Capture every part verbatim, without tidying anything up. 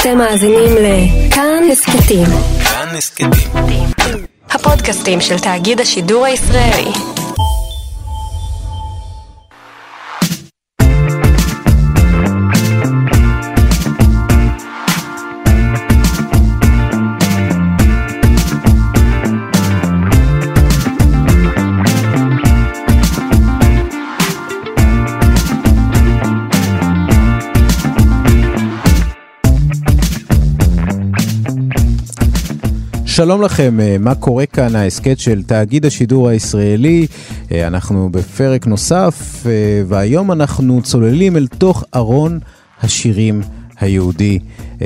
אתם מאזינים לכאן הסכתים. כאן הסכתים. הפודקאסטים של תאגיד השידור הישראלי. שלום לכם, מה קורה כאן? ההסכת של תאגיד השידור הישראלי, אנחנו בפרק נוסף, והיום אנחנו צוללים אל תוך ארון השירים היהודי.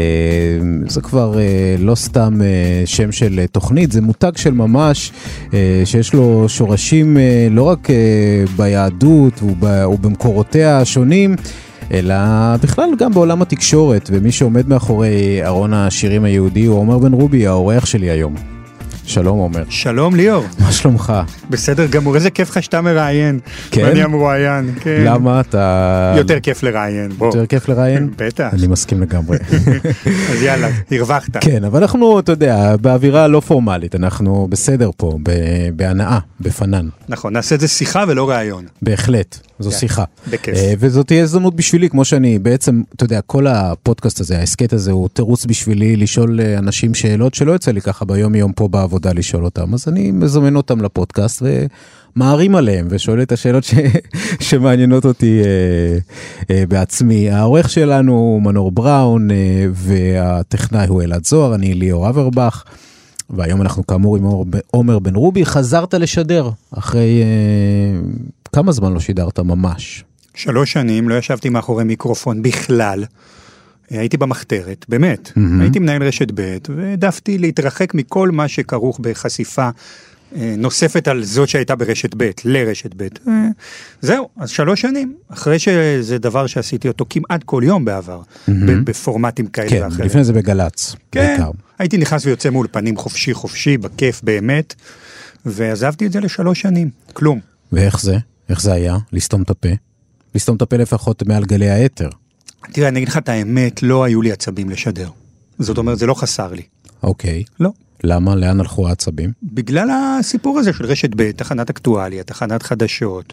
זה כבר לא סתם שם של תוכנית, זה מותג של ממש, שיש לו שורשים לא רק ביהדות ובמקורותיה השונים, אלא בכלל גם בעולם התקשורת, ומי שעומד מאחורי ארון השירים היהודי הוא עומר בן רובי, האורח שלי היום. שלום עומר. שלום ליאור. מה שלומך? בסדר גמור, איזה כיף לך שאתה מראיין. כן? ואני המרואיין, כן. למה אתה... יותר כיף לראיין, בוא. יותר כיף לראיין? בטח. אני מסכים לגמרי. אז יאללה, הרווחת. כן, אבל אנחנו, אתה יודע, באווירה לא פורמלית, אנחנו בסדר פה, בהנאה, בפנן. נכון, נעשה את זה שיחה ולא ראיון. בהחלט, זו שיחה. בכיף. וזאת תהיה הזדמנות בשבילי, כמו שאני בעצם, אתה יודע, כל הפודקאסט הזה, ההסכת הזה, הוא תירוץ בשבילי לשאול אנשים שאלות שלא יוצא לי ככה ביום יום פה בעבודה לשאול אותם. אז אני מזמן אותם לפודקאסט ומערים עליהם ושואל את השאלות ש... שמעניינות אותי אה, אה, בעצמי. העורך שלנו הוא מנור בראון, אה, והטכנאי הוא אלעד זוהר, אני ליאור אברבך, והיום אנחנו כאמור עם עומר בן רובי. חזרת לשדר אחרי אה, כמה זמן לא שידרת ממש? שלוש שנים, לא ישבתי מאחורי מיקרופון בכלל. הייתי במחתרת, באמת. Mm-hmm. הייתי מנהל רשת ב' והעדפתי להתרחק מכל מה שכרוך בחשיפה נוספת על זאת שהייתה ברשת ב', לרשת ב'. זהו, אז שלוש שנים, אחרי שזה דבר שעשיתי אותו כמעט כל יום בעבר, mm-hmm. בפורמטים כאלה כן, ואחרים. כן, לפני זה בגלץ. כן, בעיקר. הייתי נכנס ויוצא מאולפנים חופשי חופשי, בכיף באמת, ועזבתי את זה לשלוש שנים, כלום. ואיך זה? איך זה היה? לסתום את הפה? לסתום את הפה לפחות מעל גלי היתר. תראה, אני אגיד לך את האמת, לא היו לי עצבים לשדר. זאת אומרת, זה לא חסר לי. אוקיי. לא. למה? לאן הלכו העצבים? בגלל הסיפור הזה של רשת ב', תחנת אקטואליה, תחנת חדשות,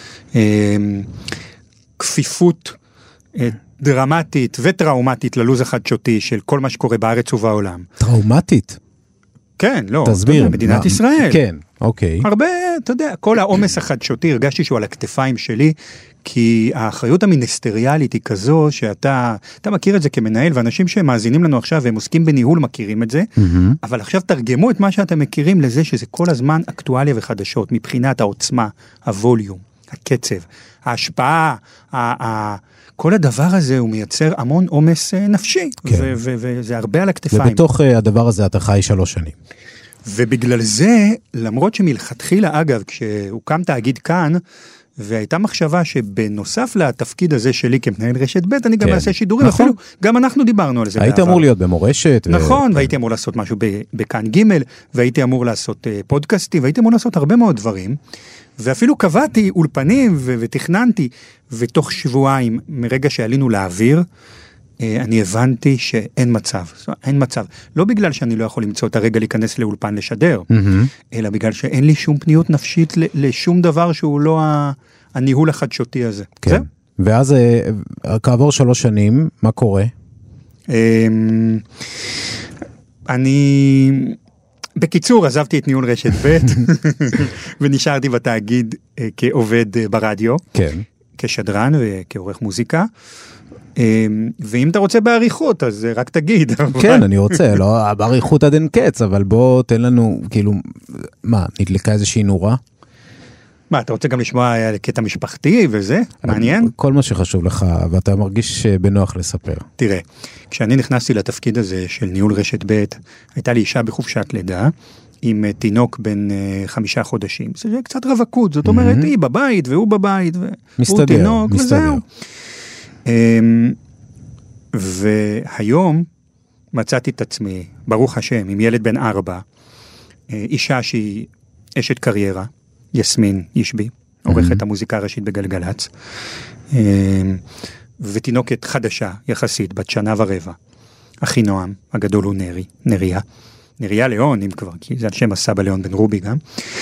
כפיפות דרמטית וטראומטית ללוז החדשותי של כל מה שקורה בארץ ובעולם. טראומטית? כן, לא. תסביר. מדינת מה... ישראל. כן, אוקיי. הרבה, אתה יודע, כל העומס החדשותי, הרגשתי שהוא על הכתפיים שלי, כי האחריות המיניסטריאלית היא כזו שאתה, אתה מכיר את זה כמנהל, ואנשים שמאזינים לנו עכשיו והם עוסקים בניהול מכירים את זה, mm-hmm. אבל עכשיו תרגמו את מה שאתם מכירים לזה שזה כל הזמן אקטואליה וחדשות, מבחינת העוצמה, הווליום, הקצב, ההשפעה, ה- ה- כל הדבר הזה הוא מייצר המון עומס נפשי, כן. ו- ו- וזה הרבה על הכתפיים. ובתוך הדבר הזה אתה חי שלוש שנים. ובגלל זה, למרות שמלכתחילה, אגב, כשהוקם תאגיד כאן, והייתה מחשבה שבנוסף לתפקיד הזה שלי כמנהל רשת ב', אני גם אעשה שידורים, אפילו גם אנחנו דיברנו על זה בעבר. היית אמור להיות במורשת. נכון, והייתי אמור לעשות משהו בכאן ג', והייתי אמור לעשות פודקאסטים, והייתי אמור לעשות הרבה מאוד דברים, ואפילו קבעתי אולפנים ותכננתי, ותוך שבועיים מרגע שעלינו לאוויר, אני הבנתי שאין מצב, אין מצב. לא בגלל שאני לא יכול למצוא את הרגע להיכנס לאולפן לשדר, אלא בגלל שאין לי שום פניות נפשית לשום דבר שהוא לא הניהול החדשותי הזה. כן. ואז כעבור שלוש שנים, מה קורה? אני... בקיצור, עזבתי את ניהול רשת ב' ונשארתי בתאגיד כעובד ברדיו, כן. כשדרן וכעורך מוזיקה. ואם אתה רוצה בעריכות, אז רק תגיד. כן, אני רוצה, לא, בעריכות עד אין קץ, אבל בוא תן לנו, כאילו, מה, נדלקה איזושהי נורה? מה, אתה רוצה גם לשמוע קטע משפחתי וזה? מעניין? כל מה שחשוב לך, ואתה מרגיש בנוח לספר. תראה, כשאני נכנסתי לתפקיד הזה של ניהול רשת ב', הייתה לי אישה בחופשת לידה, עם תינוק בין חמישה חודשים. זה קצת רווקות, זאת אומרת, היא בבית והוא בבית, והוא תינוק, וזהו. והיום מצאתי את עצמי, ברוך השם, עם ילד בן ארבע, אישה שהיא אשת קריירה, יסמין ישבי, עורכת המוזיקה הראשית בגלגלץ, ותינוקת חדשה יחסית, בת שנה ורבע. אחי נועם, הגדול הוא נרי, נריה. נריה ליאון, אם כבר, כי זה על שם הסבא ליאון בן רובי גם.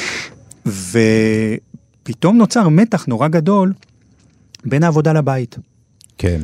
ופתאום נוצר מתח נורא גדול בין העבודה לבית. כן.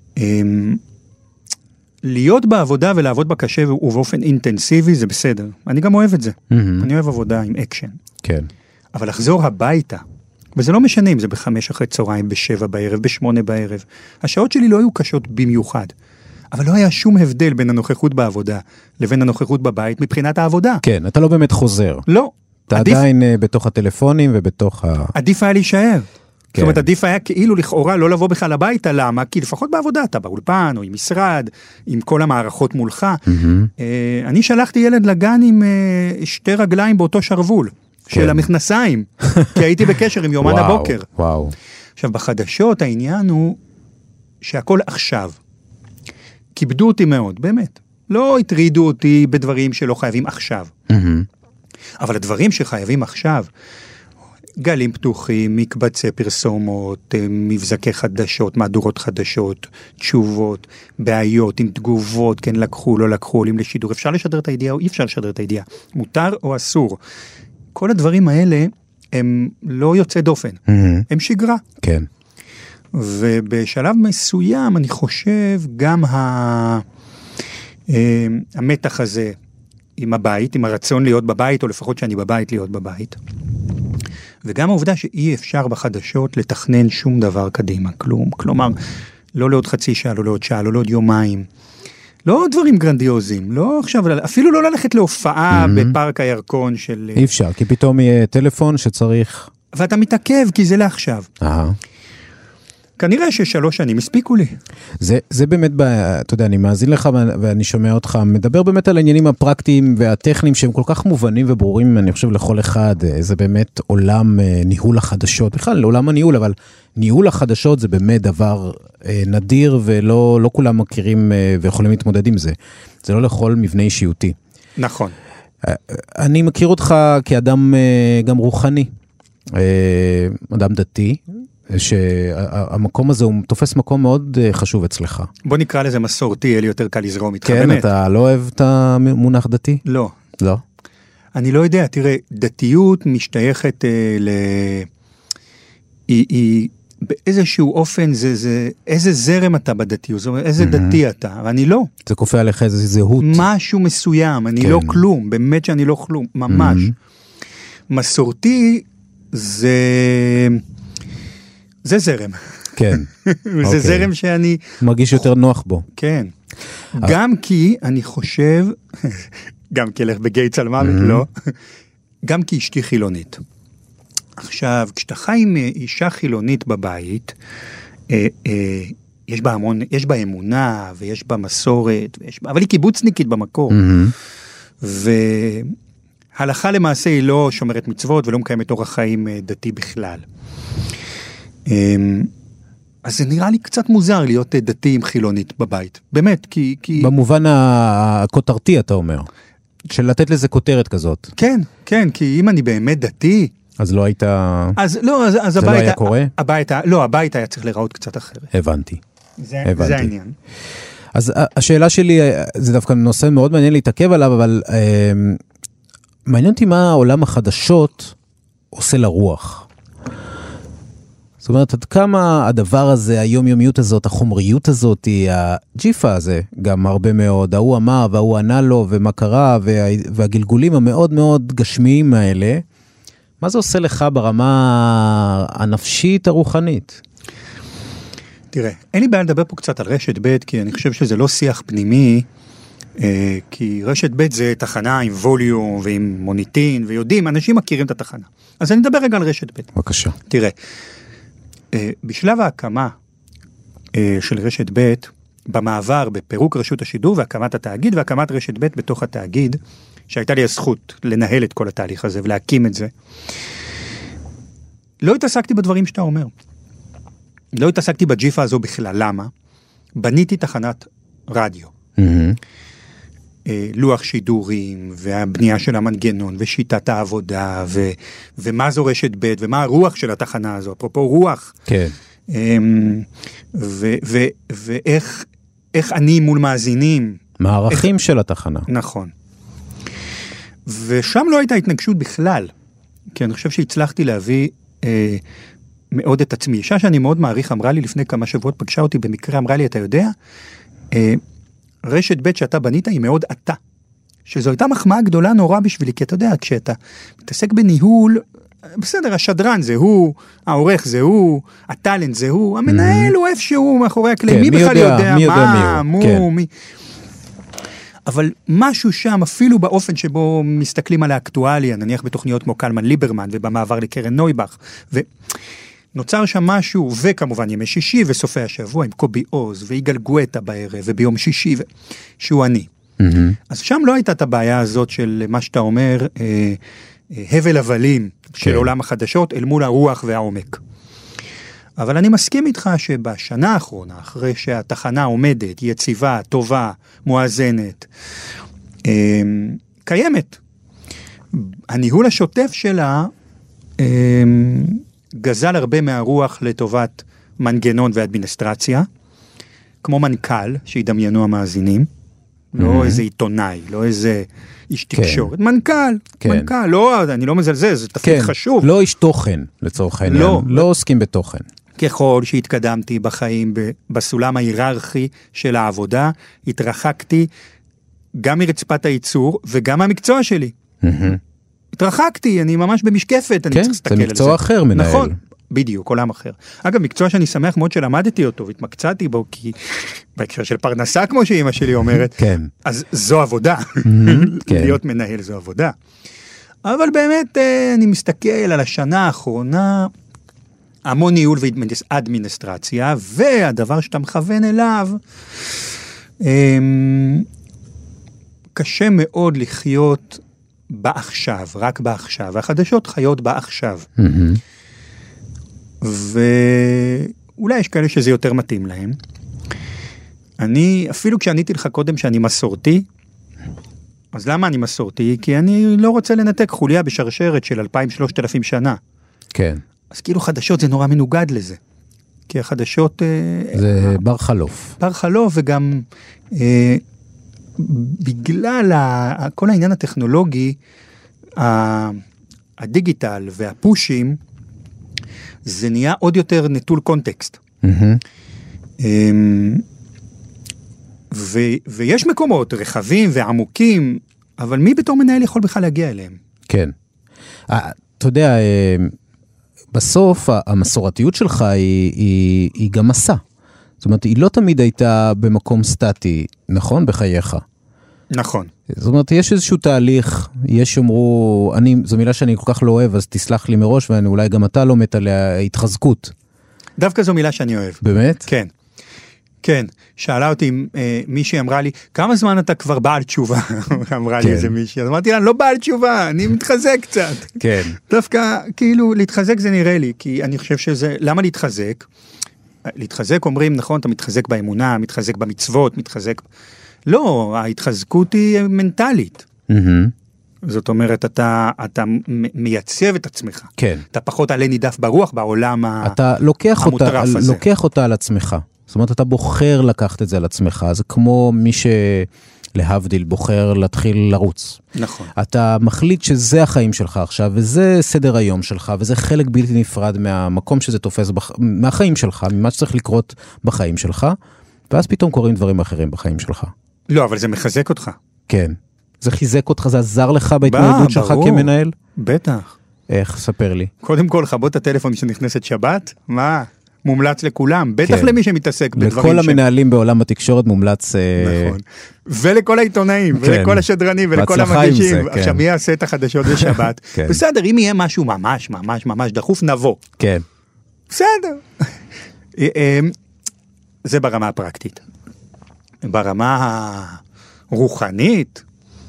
להיות בעבודה ולעבוד בקשה ובאופן אינטנסיבי זה בסדר. אני גם אוהב את זה. Mm-hmm. אני אוהב עבודה עם אקשן. כן. אבל לחזור הביתה, וזה לא משנה אם זה בחמש אחרי צהריים, בשבע בערב, בשמונה בערב. השעות שלי לא היו קשות במיוחד. אבל לא היה שום הבדל בין הנוכחות בעבודה לבין הנוכחות בבית מבחינת העבודה. כן, אתה לא באמת חוזר. לא. אתה עדיף... עדיין uh, בתוך הטלפונים ובתוך ה... עדיף היה להישאר. כן. זאת אומרת, עדיף היה כאילו לכאורה לא לבוא בכלל הביתה, למה? כי לפחות בעבודה, אתה באולפן או עם משרד, עם כל המערכות מולך. Mm-hmm. Uh, אני שלחתי ילד לגן עם uh, שתי רגליים באותו שרוול, כן. של המכנסיים, כי הייתי בקשר עם יומן וואו, הבוקר. וואו. עכשיו, בחדשות העניין הוא שהכל עכשיו. כיבדו אותי מאוד, באמת. לא התרידו אותי בדברים שלא חייבים עכשיו. Mm-hmm. אבל הדברים שחייבים עכשיו, גלים פתוחים, מקבצי פרסומות, מבזקי חדשות, מהדורות חדשות, תשובות, בעיות עם תגובות, כן לקחו, לא לקחו, עולים לשידור. אפשר לשדר את הידיעה או אי אפשר לשדר את הידיעה? מותר או אסור? כל הדברים האלה הם לא יוצא דופן. Mm-hmm. הם שגרה. כן. ובשלב מסוים אני חושב גם ה... המתח הזה עם הבית, עם הרצון להיות בבית, או לפחות שאני בבית להיות בבית. וגם העובדה שאי אפשר בחדשות לתכנן שום דבר קדימה, כלום. כלומר, לא לעוד חצי שעה, לא לעוד שעה, לא לעוד יומיים. לא דברים גרנדיוזיים, לא עכשיו, אפילו לא ללכת להופעה mm-hmm. בפארק הירקון של... אי אפשר, כי פתאום יהיה טלפון שצריך... ואתה מתעכב, כי זה לעכשיו. אהה. כנראה ששלוש שנים הספיקו לי. זה, זה באמת, אתה יודע, אני מאזין לך ואני שומע אותך, מדבר באמת על העניינים הפרקטיים והטכניים שהם כל כך מובנים וברורים, אני חושב, לכל אחד. זה באמת עולם ניהול החדשות, בכלל, לעולם הניהול, אבל ניהול החדשות זה באמת דבר נדיר ולא לא כולם מכירים ויכולים להתמודד עם זה. זה לא לכל מבנה אישיותי. נכון. אני מכיר אותך כאדם גם רוחני, אדם דתי, שהמקום הזה הוא תופס מקום מאוד חשוב אצלך. בוא נקרא לזה מסורתי, יהיה לי יותר קל לזרום איתך. כן, באמת. אתה לא אוהב את המונח דתי? לא. לא? אני לא יודע, תראה, דתיות משתייכת אה, ל... היא, היא באיזשהו אופן, זה, זה, איזה זרם אתה בדתיות, זאת אומרת, איזה mm-hmm. דתי אתה, ואני לא. זה כופה עליך איזה זהות. משהו מסוים, אני כן. לא כלום, באמת שאני לא כלום, ממש. Mm-hmm. מסורתי זה... זה זרם. כן. זה זרם שאני... מרגיש יותר נוח בו. כן. גם כי אני חושב, גם כי אלך בגיא צלמוות, לא, גם כי אשתי חילונית. עכשיו, כשאתה חי עם אישה חילונית בבית, יש בה המון, יש בה אמונה, ויש בה מסורת, אבל היא קיבוצניקית במקור. והלכה למעשה היא לא שומרת מצוות, ולא מקיימת אורח חיים דתי בכלל. אז זה נראה לי קצת מוזר להיות דתי עם חילונית בבית. באמת, כי... כי... במובן הכותרתי, אתה אומר. של לתת לזה כותרת כזאת. כן, כן, כי אם אני באמת דתי... אז לא היית... אז לא, אז, אז זה הבית... לא היה קורה? הבית, לא, הבית היה צריך לראות קצת אחרת. הבנתי. זה, הבנתי. זה העניין. אז השאלה שלי, זה דווקא נושא מאוד מעניין להתעכב עליו, אבל אה, מעניין אותי מה העולם החדשות עושה לרוח. זאת אומרת, עד כמה הדבר הזה, היומיומיות הזאת, החומריות הזאת, הג'יפה הזה, גם הרבה מאוד, ההוא אמר וההוא ענה לו, ומה קרה, וה, והגלגולים המאוד מאוד גשמיים האלה, מה זה עושה לך ברמה הנפשית הרוחנית? תראה, אין לי בעיה לדבר פה קצת על רשת ב', כי אני חושב שזה לא שיח פנימי, כי רשת ב' זה תחנה עם ווליום ועם מוניטין, ויודעים, אנשים מכירים את התחנה. אז אני אדבר רגע על רשת ב'. בבקשה. תראה, בשלב ההקמה של רשת ב', במעבר בפירוק רשות השידור והקמת התאגיד והקמת רשת ב' בתוך התאגיד, שהייתה לי הזכות לנהל את כל התהליך הזה ולהקים את זה, לא התעסקתי בדברים שאתה אומר. לא התעסקתי בג'יפה הזו בכלל. למה? בניתי תחנת רדיו. Mm-hmm. לוח שידורים, והבנייה של המנגנון, ושיטת העבודה, ו, ומה זו רשת ב' ומה הרוח של התחנה הזו, אפרופו רוח. כן. ו, ו, ואיך איך אני מול מאזינים, מערכים של התחנה. נכון. ושם לא הייתה התנגשות בכלל, כי אני חושב שהצלחתי להביא אה, מאוד את עצמי. אישה שאני מאוד מעריך אמרה לי לפני כמה שבועות, פגשה אותי במקרה, אמרה לי, אתה יודע, אה, רשת ב' שאתה בנית היא מאוד עתה. שזו הייתה מחמאה גדולה נורא בשבילי, כי אתה יודע, כשאתה מתעסק בניהול, בסדר, השדרן זה הוא, העורך זה הוא, הטלנט זה הוא, המנהל הוא איפשהו מאחורי הקלעים, מי בכלל יודע מה, מו, מי... אבל משהו שם, אפילו באופן שבו מסתכלים על האקטואליה, נניח בתוכניות כמו קלמן ליברמן, ובמעבר לקרן נויבך, ונוצר שם משהו, וכמובן ימי שישי וסופי השבוע, עם קובי עוז, ויגאל גואטה בערב, וביום שישי, שהוא אני. אז שם לא הייתה את הבעיה הזאת של מה שאתה אומר, אה, הבל הבלים של עולם החדשות אל מול הרוח והעומק. אבל אני מסכים איתך שבשנה האחרונה, אחרי שהתחנה עומדת, יציבה, טובה, מואזנת, קיימת. הניהול השוטף שלה גזל הרבה מהרוח לטובת מנגנון ואדמיניסטרציה, כמו מנכ"ל שידמיינו המאזינים, לא איזה עיתונאי, לא איזה איש תקשורת, מנכ"ל, מנכ"ל, לא, אני לא מזלזל, זה תפקיד חשוב. לא איש תוכן, לצורך העניין, לא עוסקים בתוכן. ככל שהתקדמתי בחיים, בסולם ההיררכי של העבודה, התרחקתי גם מרצפת הייצור, וגם מהמקצוע שלי. התרחקתי, אני ממש במשקפת, אני צריך להסתכל על זה. כן, זה מקצוע אחר מנהל. נכון, בדיוק, עולם אחר. אגב, מקצוע שאני שמח מאוד שלמדתי אותו, והתמקצעתי בו, כי בהקשר של פרנסה, כמו שאמא שלי אומרת, אז זו עבודה. להיות מנהל זו עבודה. אבל באמת, אני מסתכל על השנה האחרונה, המון ניהול ואדמיניסטרציה, והדבר שאתה מכוון אליו, קשה מאוד לחיות בעכשיו, רק בעכשיו, והחדשות חיות בעכשיו. ואולי יש כאלה שזה יותר מתאים להם. אני, אפילו כשעניתי לך קודם שאני מסורתי, אז למה אני מסורתי? כי אני לא רוצה לנתק חוליה בשרשרת של אלפיים שלושת אלפים שנה. כן. אז כאילו חדשות זה נורא מנוגד לזה. כי החדשות... זה אה, בר חלוף. בר חלוף, וגם אה, בגלל ה, כל העניין הטכנולוגי, ה, הדיגיטל והפושים, זה נהיה עוד יותר נטול קונטקסט. Mm-hmm. אה, ו, ויש מקומות רחבים ועמוקים, אבל מי בתור מנהל יכול בכלל להגיע אליהם? כן. אתה יודע... בסוף, המסורתיות שלך היא, היא, היא גם מסע. זאת אומרת, היא לא תמיד הייתה במקום סטטי, נכון? בחייך. נכון. זאת אומרת, יש איזשהו תהליך, יש שאומרו, אני, זו מילה שאני כל כך לא אוהב, אז תסלח לי מראש, ואולי גם אתה לא מת עליה, התחזקות. דווקא זו מילה שאני אוהב. באמת? כן. כן. שאלה אותי, אה, מישהי אמרה לי, כמה זמן אתה כבר בעל תשובה? אמרה לי איזה מישהי. אז אמרתי לה, לא בעל תשובה, אני מתחזק קצת. כן. דווקא, כאילו, להתחזק זה נראה לי, כי אני חושב שזה, למה להתחזק? להתחזק אומרים, נכון, אתה מתחזק באמונה, מתחזק במצוות, מתחזק... לא, ההתחזקות היא מנטלית. זאת אומרת, אתה, אתה מייצב את עצמך. כן. אתה פחות עלה נידף ברוח בעולם אתה לוקח אותה, הזה. לוקח אותה על עצמך. זאת אומרת, אתה בוחר לקחת את זה על עצמך. זה כמו מי שלהבדיל בוחר להתחיל לרוץ. נכון. אתה מחליט שזה החיים שלך עכשיו, וזה סדר היום שלך, וזה חלק בלתי נפרד מהמקום שזה תופס, בח... מהחיים שלך, ממה שצריך לקרות בחיים שלך, ואז פתאום קורים דברים אחרים בחיים שלך. לא, אבל זה מחזק אותך. כן. זה חיזק אותך, זה עזר לך בהתמודדות שלך כמנהל? בטח. איך? ספר לי. קודם כל, חבות הטלפון שנכנסת שבת? מה? מומלץ לכולם, בטח כן. למי שמתעסק בדברים לכל ש... המנהלים בעולם התקשורת מומלץ... נכון. ולכל העיתונאים, כן. ולכל השדרנים, ולכל המגישים. זה, כן. עכשיו, מי יעשה את החדשות בשבת? כן. בסדר, אם יהיה משהו ממש, ממש, ממש דחוף, נבוא. כן. בסדר. זה ברמה הפרקטית. ברמה הרוחנית,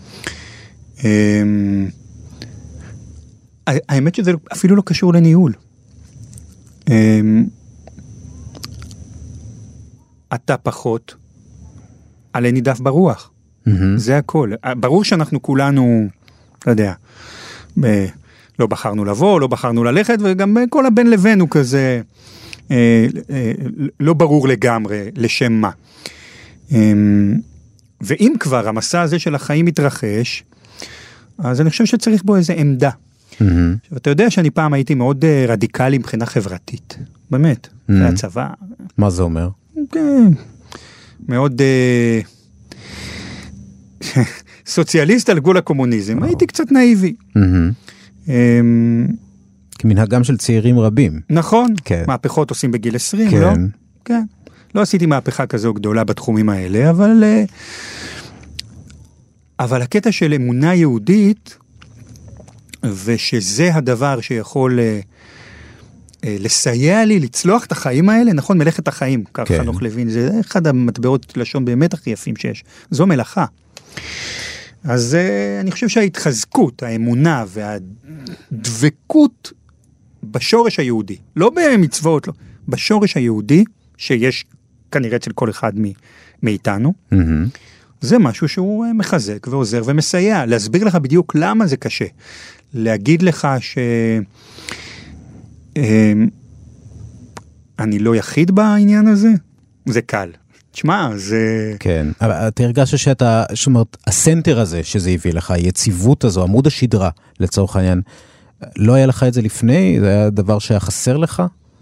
האמת שזה אפילו לא קשור לניהול. אתה פחות עלי נידף ברוח. זה הכל. ברור שאנחנו כולנו, לא יודע, לא בחרנו לבוא, לא בחרנו ללכת, וגם כל הבן לבן הוא כזה, לא ברור לגמרי לשם מה. ואם כבר המסע הזה של החיים מתרחש, אז אני חושב שצריך בו איזו עמדה. עכשיו, אתה יודע שאני פעם הייתי מאוד רדיקלי מבחינה חברתית. באמת, זה הצבא. מה זה אומר? כן, מאוד סוציאליסט על גבול הקומוניזם. הייתי קצת נאיבי. כמנהגם של צעירים רבים. נכון, מהפכות עושים בגיל עשרים, לא? כן. לא עשיתי מהפכה כזו גדולה בתחומים האלה, אבל אבל הקטע של אמונה יהודית, ושזה הדבר שיכול לסייע לי לצלוח את החיים האלה, נכון, מלאכת החיים, כך חנוך לוין, זה אחד המטבעות לשון באמת הכי יפים שיש, זו מלאכה. אז אני חושב שההתחזקות, האמונה והדבקות בשורש היהודי, לא במצוות, לא, בשורש היהודי, שיש כנראה אצל כל אחד מאיתנו, זה משהו שהוא מחזק ועוזר ומסייע. להסביר לך בדיוק למה זה קשה. להגיד לך ש... אני לא יחיד בעניין הזה, זה קל. תשמע, זה... כן, אבל אתה הרגשת שאתה, זאת אומרת, הסנטר הזה שזה הביא לך, היציבות הזו, עמוד השדרה, לצורך העניין, לא היה לך את זה לפני? זה היה דבר שהיה חסר לך?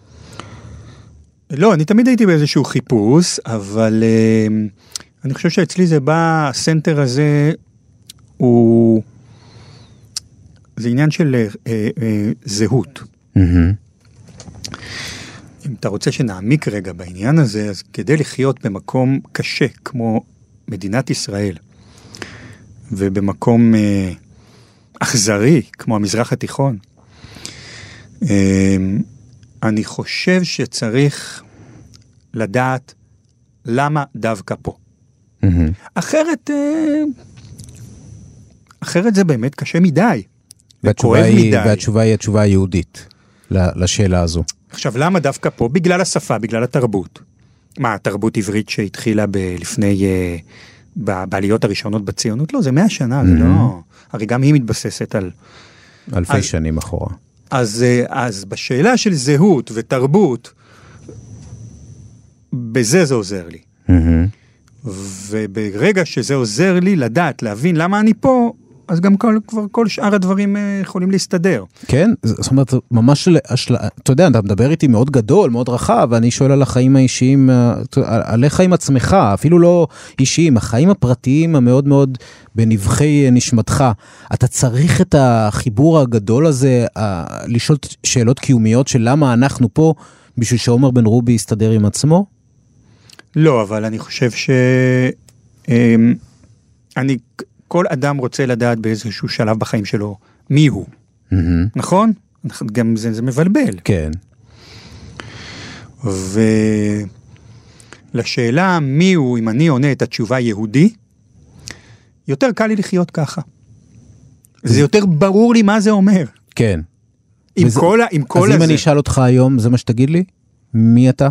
לא, אני תמיד הייתי באיזשהו חיפוש, אבל אני חושב שאצלי זה בא, הסנטר הזה הוא, זה עניין של אה, אה, זהות. Mm-hmm. אם אתה רוצה שנעמיק רגע בעניין הזה, אז כדי לחיות במקום קשה, כמו מדינת ישראל, ובמקום אה, אכזרי, כמו המזרח התיכון, אה, אני חושב שצריך לדעת למה דווקא פה. Mm-hmm. אחרת, אה, אחרת זה באמת קשה מדי. וכואב מדי. והתשובה היא התשובה היהודית לשאלה הזו. עכשיו, למה דווקא פה? בגלל השפה, בגלל התרבות. מה, התרבות עברית שהתחילה ב- לפני, uh, בעליות הראשונות בציונות? לא, זה מאה שנה, mm-hmm. זה לא... הרי גם היא מתבססת על... אלפי אז, שנים אחורה. אז, אז בשאלה של זהות ותרבות, בזה זה עוזר לי. Mm-hmm. וברגע שזה עוזר לי לדעת, להבין למה אני פה, אז גם כל, כבר כל שאר הדברים יכולים להסתדר. כן, זאת אומרת, ממש, אתה יודע, אתה מדבר איתי מאוד גדול, מאוד רחב, ואני שואל על החיים האישיים, עליך עם עצמך, אפילו לא אישיים, החיים הפרטיים המאוד מאוד בנבחי נשמתך. אתה צריך את החיבור הגדול הזה, לשאול שאלות קיומיות של למה אנחנו פה, בשביל שעומר בן רובי יסתדר עם עצמו? לא, אבל אני חושב ש... אני... כל אדם רוצה לדעת באיזשהו שלב בחיים שלו מי הוא. Mm-hmm. נכון? גם זה, זה מבלבל. כן. ולשאלה מי הוא, אם אני עונה את התשובה יהודי, יותר קל לי לחיות ככה. זה יותר ברור לי מה זה אומר. כן. עם וזה, כל, עם כל אז הזה. אם אני אשאל אותך היום, זה מה שתגיד לי? מי אתה?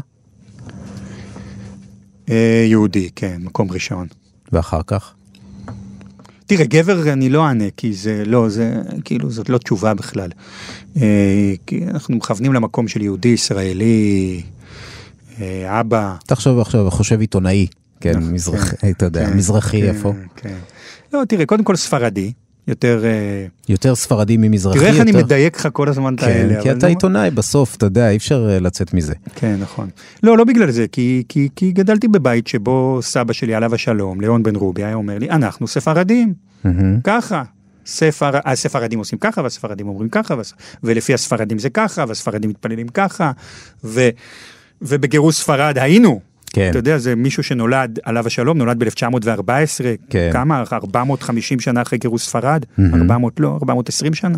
אה, יהודי, כן, מקום ראשון. ואחר כך? תראה, גבר אני לא ענה, כי זה לא, זה, כאילו, זאת לא תשובה בכלל. כי אנחנו מכוונים למקום של יהודי, ישראלי, אבא. תחשוב עכשיו, חושב עיתונאי, כן, מזרחי, אתה יודע, מזרחי איפה? כן. לא, תראה, קודם כל ספרדי, יותר... יותר ספרדי ממזרחי. תראה איך אני מדייק לך כל הזמן את האלה. כן, כי אתה עיתונאי בסוף, אתה יודע, אי אפשר לצאת מזה. כן, נכון. לא, לא בגלל זה, כי, כי, כי גדלתי בבית שבו סבא שלי עליו השלום, ליאון בן רובי, היה אומר לי, אנחנו ספרדים. ככה. ספר, הספרדים עושים ככה, והספרדים אומרים ככה, ולפי הספרדים זה ככה, והספרדים מתפללים ככה, ו, ובגירוש ספרד היינו. כן. אתה יודע, זה מישהו שנולד עליו השלום, נולד ב-אלף תשע מאות וארבע עשרה, כן. כמה? ארבע מאות וחמישים שנה אחרי גירוש ספרד, mm-hmm. ארבע מאות לא, ארבע מאות ועשרים שנה.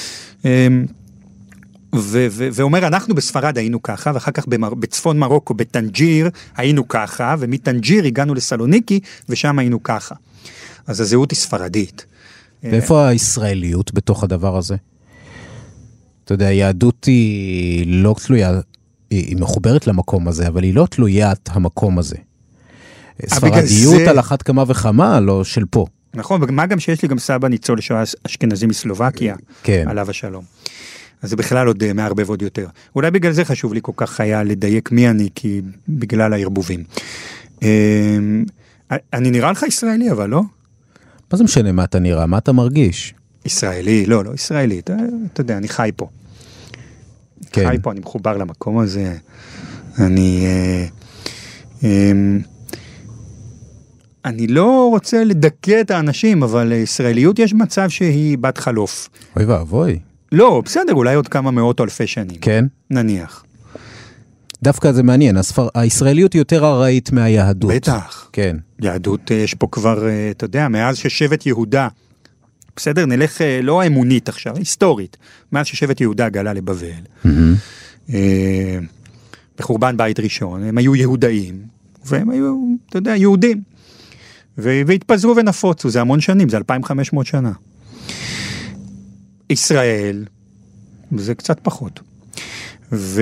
ו- ו- ואומר, אנחנו בספרד היינו ככה, ואחר כך במר- בצפון מרוקו, בטנג'יר, היינו ככה, ומטנג'יר הגענו לסלוניקי, ושם היינו ככה. אז הזהות היא ספרדית. ואיפה הישראליות בתוך הדבר הזה? אתה יודע, היהדות היא לא תלויה, היא מחוברת למקום הזה, אבל היא לא תלוית המקום הזה. ספרדיות זה... על אחת כמה וכמה, לא של פה. נכון, ומה גם שיש לי גם סבא ניצול שואה אשכנזי מסלובקיה, כן. עליו השלום. אז זה בכלל עוד מערבב עוד יותר. אולי בגלל זה חשוב לי כל כך היה לדייק מי אני, כי בגלל הערבובים. אני נראה לך ישראלי, אבל לא? מה זה משנה מה אתה נראה? מה אתה מרגיש? ישראלי, לא, לא, ישראלי. אתה, אתה יודע, אני חי פה. כן. חי פה, אני מחובר למקום הזה. אני... אה, אה, אני לא רוצה לדכא את האנשים, אבל ישראליות יש מצב שהיא בת חלוף. אוי ואבוי. לא, בסדר, אולי עוד כמה מאות או אלפי שנים. כן? נניח. דווקא זה מעניין, הספר... הישראליות היא יותר ארעית מהיהדות. בטח. כן. יהדות יש פה כבר, אתה יודע, מאז ששבט יהודה, בסדר, נלך לא האמונית עכשיו, היסטורית, מאז ששבט יהודה גלה לבבל. Mm-hmm. בחורבן בית ראשון, הם היו יהודאים, והם היו, אתה יודע, יהודים. והתפזרו ונפוצו, זה המון שנים, זה אלפיים וחמש מאות שנה. ישראל, זה קצת פחות. ו...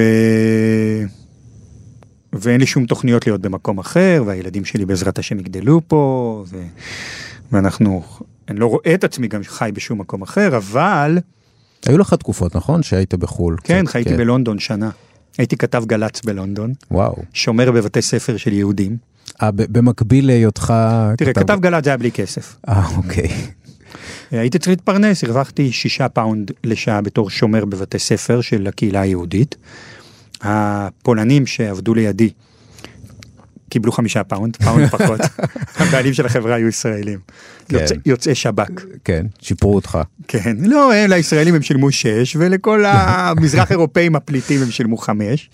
ואין לי שום תוכניות להיות במקום אחר, והילדים שלי בעזרת השם יגדלו פה, ו... ואנחנו, אני לא רואה את עצמי גם חי בשום מקום אחר, אבל... היו לך תקופות, נכון? שהיית בחול. כן, חייתי כן. בלונדון שנה. הייתי כתב גלץ בלונדון. וואו. שומר בבתי ספר של יהודים. אה, במקביל להיותך... תראה, כתב גל"צ זה היה בלי כסף. אה, אוקיי. הייתי צריך להתפרנס, הרווחתי שישה פאונד לשעה בתור שומר בבתי ספר של הקהילה היהודית. הפולנים שעבדו לידי קיבלו חמישה פאונד, פאונד פחות. הבעלים של החברה היו ישראלים. יוצאי שב"כ. כן, שיפרו אותך. כן, לא, לישראלים הם שילמו שש, ולכל המזרח אירופאים הפליטים הם שילמו חמש.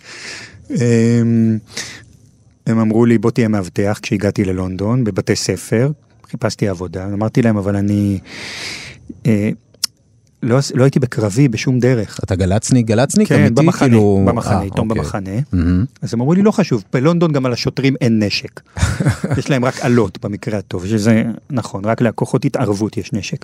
הם אמרו לי, בוא תהיה מאבטח, כשהגעתי ללונדון, בבתי ספר, חיפשתי עבודה, אמרתי להם, אבל אני, אה, לא, לא הייתי בקרבי בשום דרך. אתה גלצניק, גלצניק? כן, אמיתי, במחנה, כאילו... במחנה, איתום אוקיי. במחנה. Mm-hmm. אז הם אמרו לי, לא חשוב, בלונדון גם על השוטרים אין נשק. יש להם רק עלות במקרה הטוב, שזה נכון, רק לכוחות התערבות יש נשק.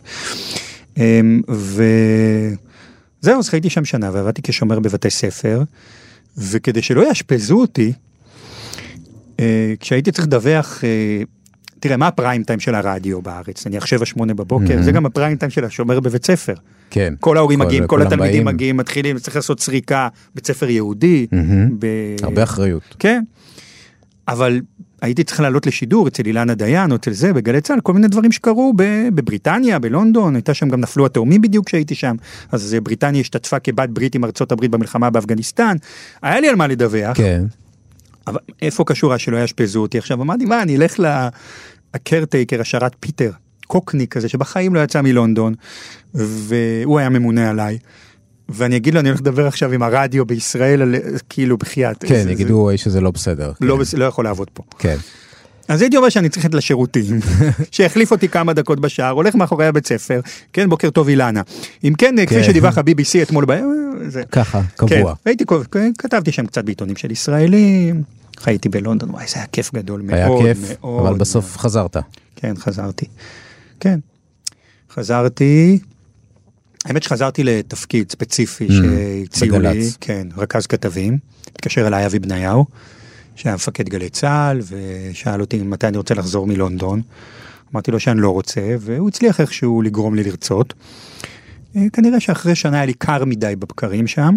וזהו, אז חייתי שם שנה, ועבדתי כשומר בבתי ספר, וכדי שלא ישפזו אותי, כשהייתי צריך לדווח, תראה, מה הפריים טיים של הרדיו בארץ? נניח שבע שמונה בבוקר, זה גם הפריים טיים של השומר בבית ספר. כן. כל ההורים מגיעים, כל התלמידים מגיעים, מתחילים, צריך לעשות סריקה, בית ספר יהודי. הרבה אחריות. כן. אבל הייתי צריך לעלות לשידור אצל אילנה דיין, או אצל זה, בגלי צה"ל, כל מיני דברים שקרו בבריטניה, בלונדון, הייתה שם גם נפלו התאומים בדיוק כשהייתי שם, אז בריטניה השתתפה כבת ברית עם ארצות הברית במלחמה באפגניסטן, היה לי על מה לדווח. כן. אבל איפה קשורה שלא ישפזו אותי? עכשיו אמרתי, מה, אני אלך לקרטייקר, השרת פיטר, קוקני כזה, שבחיים לא יצא מלונדון, והוא היה ממונה עליי, ואני אגיד לו, אני הולך לדבר עכשיו עם הרדיו בישראל, על, כאילו בחייאת. כן, יגידו זה... שזה לא בסדר. לא, כן. לא יכול לעבוד פה. כן. אז הייתי אומר שאני צריך לשירותים, שהחליף אותי כמה דקות בשער, הולך מאחורי הבית ספר, כן, בוקר טוב אילנה. אם כן, כן. כפי שדיווח ה-בי בי סי אתמול בערב, זה... ככה, קבוע. כן, והייתי, כתבתי שם קצת בעיתונים של ישראלים, חייתי בלונדון, וואי, זה היה כיף גדול מאוד, היה כיף, מאוד, אבל בסוף מאוד. חזרת. כן, חזרתי. כן. חזרתי, האמת שחזרתי לתפקיד ספציפי שהציעו לי, כן, רכז כתבים, התקשר אליי אבי בניהו, שהיה מפקד גלי צה"ל, ושאל אותי מתי אני רוצה לחזור מלונדון. אמרתי לו שאני לא רוצה, והוא הצליח איכשהו לגרום לי לרצות. כנראה שאחרי שנה היה לי קר מדי בבקרים שם.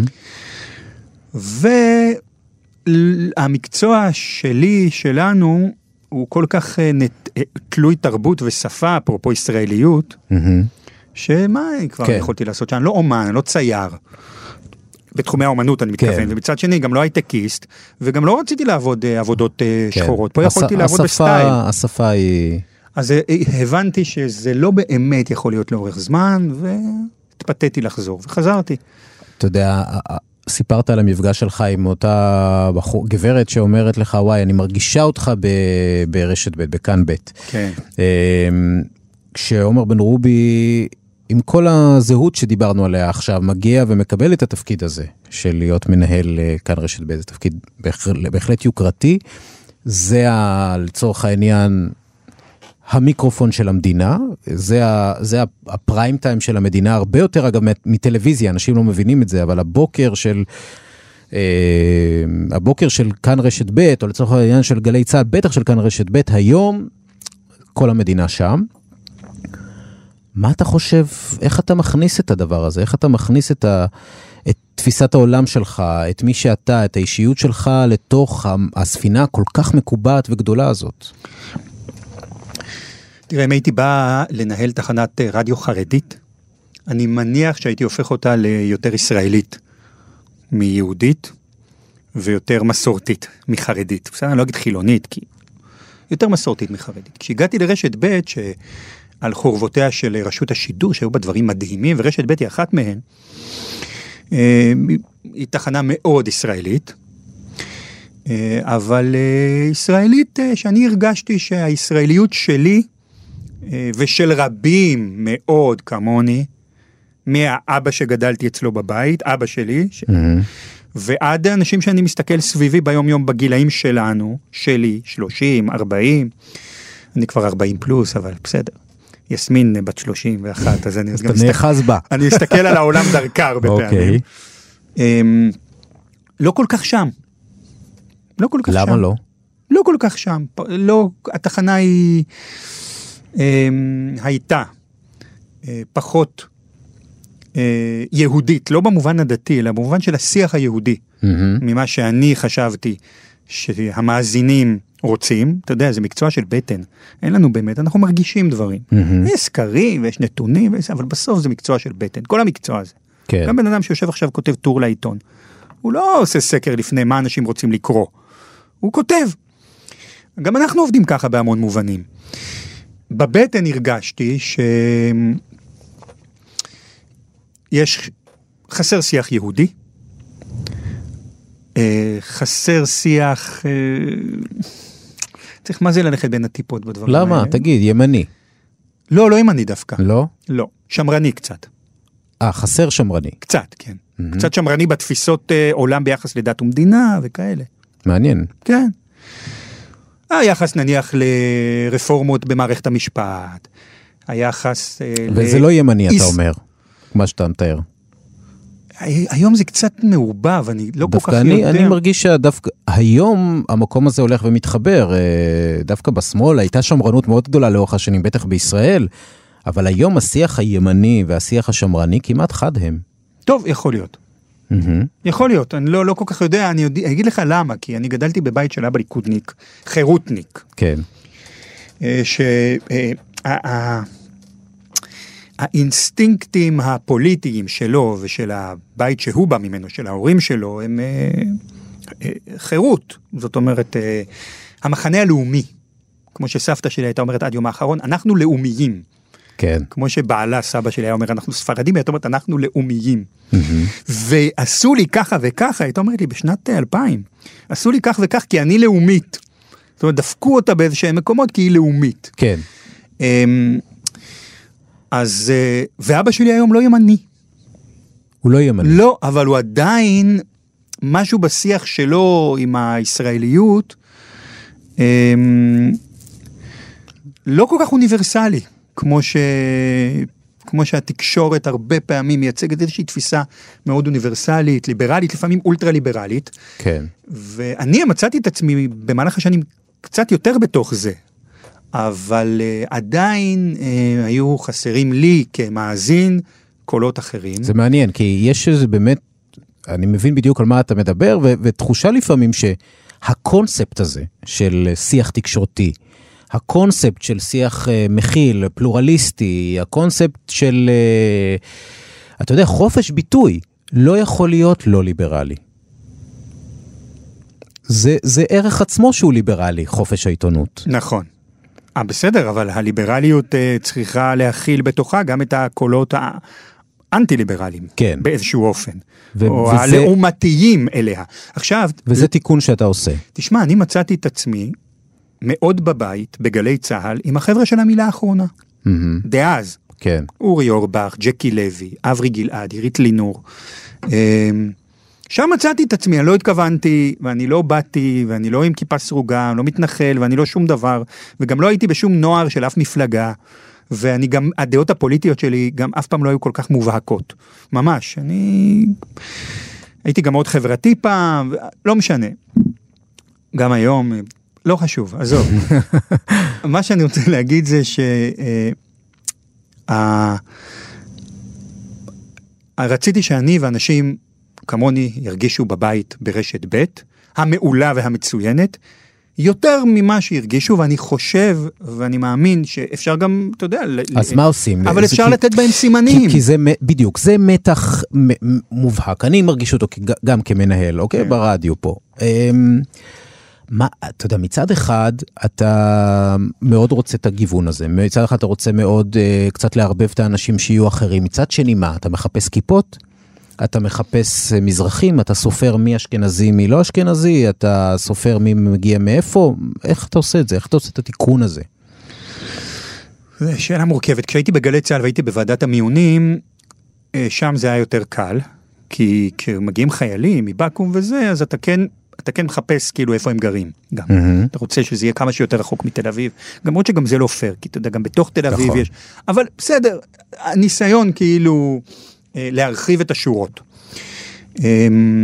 והמקצוע שלי, שלנו, הוא כל כך תלוי תרבות ושפה, אפרופו ישראליות, שמה כבר יכולתי לעשות שם? לא אומן, לא צייר. בתחומי האומנות אני מתכוון, ומצד שני גם לא הייטקיסט, וגם לא רציתי לעבוד עבודות שחורות, פה יכולתי לעבוד בסטייל. השפה היא... אז הבנתי שזה לא באמת יכול להיות לאורך זמן, והתפתיתי לחזור, וחזרתי. אתה יודע, סיפרת על המפגש שלך עם אותה גברת שאומרת לך, וואי, אני מרגישה אותך ברשת ב', בכאן ב'. כן. כשעומר בן רובי... עם כל הזהות שדיברנו עליה עכשיו, מגיע ומקבל את התפקיד הזה, של להיות מנהל כאן רשת ב', זה תפקיד בהחלט יוקרתי, זה לצורך העניין המיקרופון של המדינה, זה, זה הפריים טיים של המדינה, הרבה יותר אגב מטלוויזיה, אנשים לא מבינים את זה, אבל הבוקר של, הבוקר של כאן רשת ב', או לצורך העניין של גלי צה"ל, בטח של כאן רשת ב', היום כל המדינה שם, מה אתה חושב, איך אתה מכניס את הדבר הזה? איך אתה מכניס את, ה, את תפיסת העולם שלך, את מי שאתה, את האישיות שלך, לתוך הספינה כל כך מקובעת וגדולה הזאת? תראה, אם הייתי בא לנהל תחנת רדיו חרדית, אני מניח שהייתי הופך אותה ליותר ישראלית מיהודית, ויותר מסורתית מחרדית. בסדר, אני לא אגיד חילונית, כי יותר מסורתית מחרדית. כשהגעתי לרשת ב' שעל חורבותיה של רשות השידור, שהיו בה דברים מדהימים, ורשת ב' היא אחת מהן, היא תחנה מאוד ישראלית, אבל ישראלית שאני הרגשתי שהישראליות שלי, ושל רבים מאוד כמוני, מהאבא שגדלתי אצלו בבית, אבא שלי, ש... ועד האנשים שאני מסתכל סביבי ביום יום בגילאים שלנו, שלי, שלושים, ארבעים, אני כבר ארבעים פלוס, אבל בסדר. יסמין בת שלושים ואחת, אז אני... אז אתה נאחז בה. אני אסתכל על העולם דרכה הרבה פעמים. לא כל כך שם. לא כל כך שם. למה לא? לא כל כך שם. לא, התחנה היא... הייתה פחות יהודית, לא במובן הדתי, אלא במובן של השיח היהודי, ממה שאני חשבתי שהמאזינים רוצים. אתה יודע, זה מקצוע של בטן, אין לנו באמת, אנחנו מרגישים דברים, יש סקרים ויש נתונים, אבל בסוף זה מקצוע של בטן, כל המקצוע הזה. גם בן אדם שיושב עכשיו כותב טור לעיתון, הוא לא עושה סקר לפני מה אנשים רוצים לקרוא, הוא כותב. גם אנחנו עובדים ככה בהמון מובנים. בבטן הרגשתי שיש חסר שיח יהודי, חסר שיח, צריך מה זה ללכת בין הטיפות בדברים האלה? למה? תגיד, ימני. לא, לא ימני דווקא. לא? לא, שמרני קצת. אה, חסר שמרני. קצת, כן. קצת שמרני בתפיסות עולם ביחס לדת ומדינה וכאלה. מעניין. כן. היחס נניח לרפורמות במערכת המשפט, היחס... וזה לא ימני, אתה אומר, מה שאתה מתאר. היום זה קצת מעובב, אני לא כל כך יודע. אני מרגיש שדווקא היום המקום הזה הולך ומתחבר, דווקא בשמאל הייתה שמרנות מאוד גדולה לאורך השנים, בטח בישראל, אבל היום השיח הימני והשיח השמרני כמעט חד הם. טוב, יכול להיות. יכול להיות, אני לא, לא כל כך יודע, אני יודע, אגיד לך למה, כי אני גדלתי בבית של אבא ליכודניק, חירותניק. כן. שהאינסטינקטים הפוליטיים שלו ושל הבית שהוא בא ממנו, של ההורים שלו, הם חירות. זאת אומרת, המחנה הלאומי, כמו שסבתא שלי הייתה אומרת עד יום האחרון, אנחנו לאומיים. כן. כמו שבעלה, סבא שלי היה אומר, אנחנו ספרדים, הייתה אומרת, אנחנו לאומיים. ועשו לי ככה וככה, הייתה אומרת לי, בשנת אלפיים, עשו לי כך וכך, כי אני לאומית. זאת אומרת, דפקו אותה באיזשהם מקומות, כי היא לאומית. כן. אז, ואבא שלי היום לא ימני. הוא לא ימני. לא, אבל הוא עדיין, משהו בשיח שלו עם הישראליות, לא כל כך אוניברסלי. כמו ש... כמו שהתקשורת הרבה פעמים מייצגת איזושהי תפיסה מאוד אוניברסלית, ליברלית, לפעמים אולטרה ליברלית. כן. ואני מצאתי את עצמי במהלך השנים קצת יותר בתוך זה, אבל uh, עדיין uh, היו חסרים לי כמאזין קולות אחרים. זה מעניין, כי יש איזה באמת, אני מבין בדיוק על מה אתה מדבר, ו- ותחושה לפעמים שהקונספט הזה של שיח תקשורתי, הקונספט של שיח מכיל, פלורליסטי, הקונספט של, אתה יודע, חופש ביטוי, לא יכול להיות לא ליברלי. זה, זה ערך עצמו שהוא ליברלי, חופש העיתונות. נכון. אה, בסדר, אבל הליברליות צריכה להכיל בתוכה גם את הקולות האנטי-ליברליים. כן. באיזשהו אופן. ו- או וזה... הלאומתיים אליה. עכשיו... וזה ל... תיקון שאתה עושה. תשמע, אני מצאתי את עצמי, מאוד בבית, בגלי צהל, עם החבר'ה של המילה האחרונה. Mm-hmm. דאז. כן. אורי אורבך, ג'קי לוי, אברי גלעד, עירית לינור. שם מצאתי את עצמי, אני לא התכוונתי, ואני לא באתי, ואני לא עם כיפה סרוגה, לא מתנחל, ואני לא שום דבר, וגם לא הייתי בשום נוער של אף מפלגה, ואני גם, הדעות הפוליטיות שלי גם אף פעם לא היו כל כך מובהקות. ממש, אני... הייתי גם מאוד חברתי פעם, לא משנה. גם היום... לא חשוב, עזוב. מה שאני רוצה להגיד זה ש... רציתי שאני ואנשים כמוני ירגישו בבית ברשת ב' המעולה והמצוינת, יותר ממה שהרגישו, ואני חושב, ואני מאמין שאפשר גם, אתה יודע, אז מה עושים? אבל אפשר כי, לתת בהם סימנים. כי, כי זה, בדיוק, זה מתח מובהק. אני מרגיש אותו גם כמנהל, אוקיי? כן. ברדיו פה. מה, אתה יודע, מצד אחד, אתה מאוד רוצה את הגיוון הזה. מצד אחד אתה רוצה מאוד uh, קצת להרבב את האנשים שיהיו אחרים. מצד שני, מה? אתה מחפש כיפות? אתה מחפש מזרחים? אתה סופר מי אשכנזי, מי לא אשכנזי? אתה סופר מי מגיע מאיפה? איך אתה עושה את זה? איך אתה עושה את התיקון הזה? זו שאלה מורכבת. כשהייתי בגלי צהל והייתי בוועדת המיונים, שם זה היה יותר קל, כי כשמגיעים חיילים מבקו"ם וזה, אז אתה כן... אתה כן מחפש כאילו איפה הם גרים, גם. Mm-hmm. אתה רוצה שזה יהיה כמה שיותר רחוק מתל אביב, למרות שגם זה לא פייר, כי אתה יודע, גם בתוך תל אביב נכון. יש, אבל בסדר, הניסיון כאילו אה, להרחיב את השורות. אה,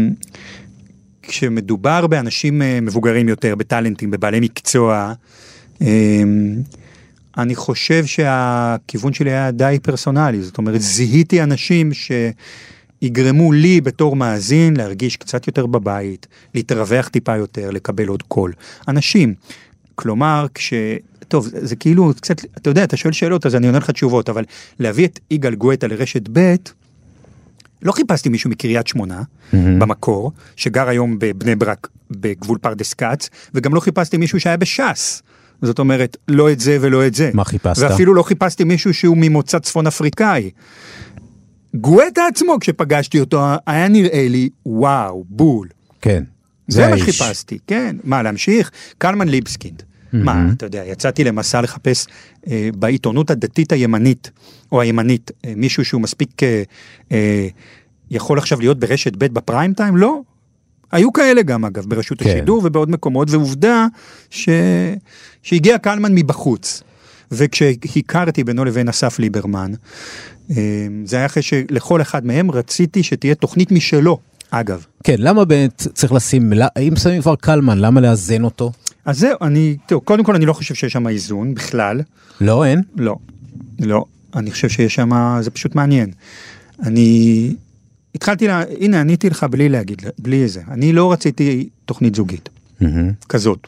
כשמדובר באנשים אה, מבוגרים יותר, בטלנטים, בבעלי מקצוע, אה, אני חושב שהכיוון שלי היה די פרסונלי, זאת אומרת, זיהיתי אנשים ש... יגרמו לי בתור מאזין להרגיש קצת יותר בבית, להתרווח טיפה יותר, לקבל עוד קול. אנשים, כלומר, כש... טוב, זה, זה כאילו קצת, אתה יודע, אתה שואל שאלות, אז אני עונה לך תשובות, אבל להביא את יגאל גואטה לרשת ב' לא חיפשתי מישהו מקריית שמונה, mm-hmm. במקור, שגר היום בבני ברק, בגבול פרדס כץ, וגם לא חיפשתי מישהו שהיה בש"ס. זאת אומרת, לא את זה ולא את זה. מה חיפשת? ואפילו לא חיפשתי מישהו שהוא ממוצא צפון אפריקאי. גואטה עצמו, כשפגשתי אותו, היה נראה לי, וואו, בול. כן. זה, זה מה שחיפשתי, כן. מה, להמשיך? קלמן ליבסקינד. Mm-hmm. מה, אתה יודע, יצאתי למסע לחפש אה, בעיתונות הדתית הימנית, או הימנית, אה, מישהו שהוא מספיק אה, אה, יכול עכשיו להיות ברשת ב' בפריים טיים? לא. היו כאלה גם, אגב, ברשות כן. השידור ובעוד מקומות, ועובדה ש... שהגיע קלמן מבחוץ. וכשהכרתי בינו לבין אסף ליברמן, זה היה אחרי שלכל אחד מהם רציתי שתהיה תוכנית משלו, אגב. כן, למה באמת צריך לשים, אם שמים כבר קלמן, למה לאזן אותו? אז זהו, אני, טוב, קודם כל אני לא חושב שיש שם איזון בכלל. לא, אין? לא, לא. אני חושב שיש שם, זה פשוט מעניין. אני התחלתי, לה, הנה, עניתי לך בלי להגיד, בלי זה. אני לא רציתי תוכנית זוגית, mm-hmm. כזאת.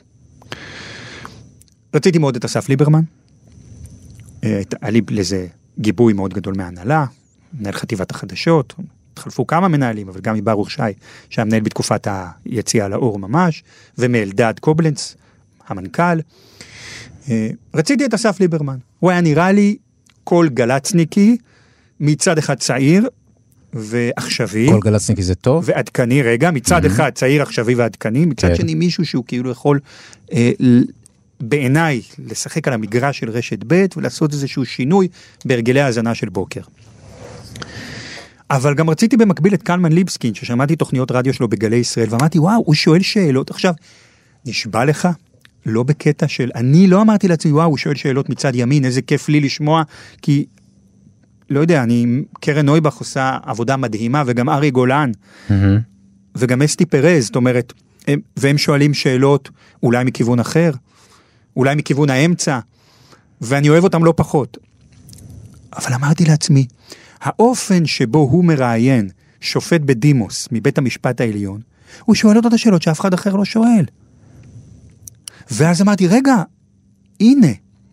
רציתי מאוד את אסף ליברמן, היה לי לזה גיבוי מאוד גדול מההנהלה, מנהל חטיבת החדשות, התחלפו כמה מנהלים, אבל גם מברוך שי, שהיה מנהל בתקופת היציאה לאור ממש, ומאלדד קובלנץ, המנכ"ל. רציתי את אסף ליברמן. הוא היה נראה לי כל גלצניקי, מצד אחד צעיר ועכשווי. כל גלצניקי זה טוב? ועדכני, רגע, מצד mm-hmm. אחד צעיר, עכשווי ועדכני, מצד כן. שני מישהו שהוא כאילו יכול... אה, בעיניי, לשחק על המגרש של רשת ב' ולעשות איזשהו שינוי בהרגלי ההזנה של בוקר. אבל גם רציתי במקביל את קלמן ליבסקין, ששמעתי תוכניות רדיו שלו בגלי ישראל, ואמרתי, וואו, הוא שואל שאלות. עכשיו, נשבע לך, לא בקטע של, אני לא אמרתי לעצמי, וואו, הוא שואל שאלות מצד ימין, איזה כיף לי לשמוע, כי, לא יודע, אני, קרן נויבך עושה עבודה מדהימה, וגם ארי גולן, mm-hmm. וגם אסתי פרז, זאת אומרת, הם, והם שואלים שאלות, אולי מכיוון אחר, אולי מכיוון האמצע, ואני אוהב אותם לא פחות. אבל אמרתי לעצמי, האופן שבו הוא מראיין שופט בדימוס מבית המשפט העליון, הוא שואל אותו את השאלות שאף אחד אחר לא שואל. ואז אמרתי, רגע, הנה,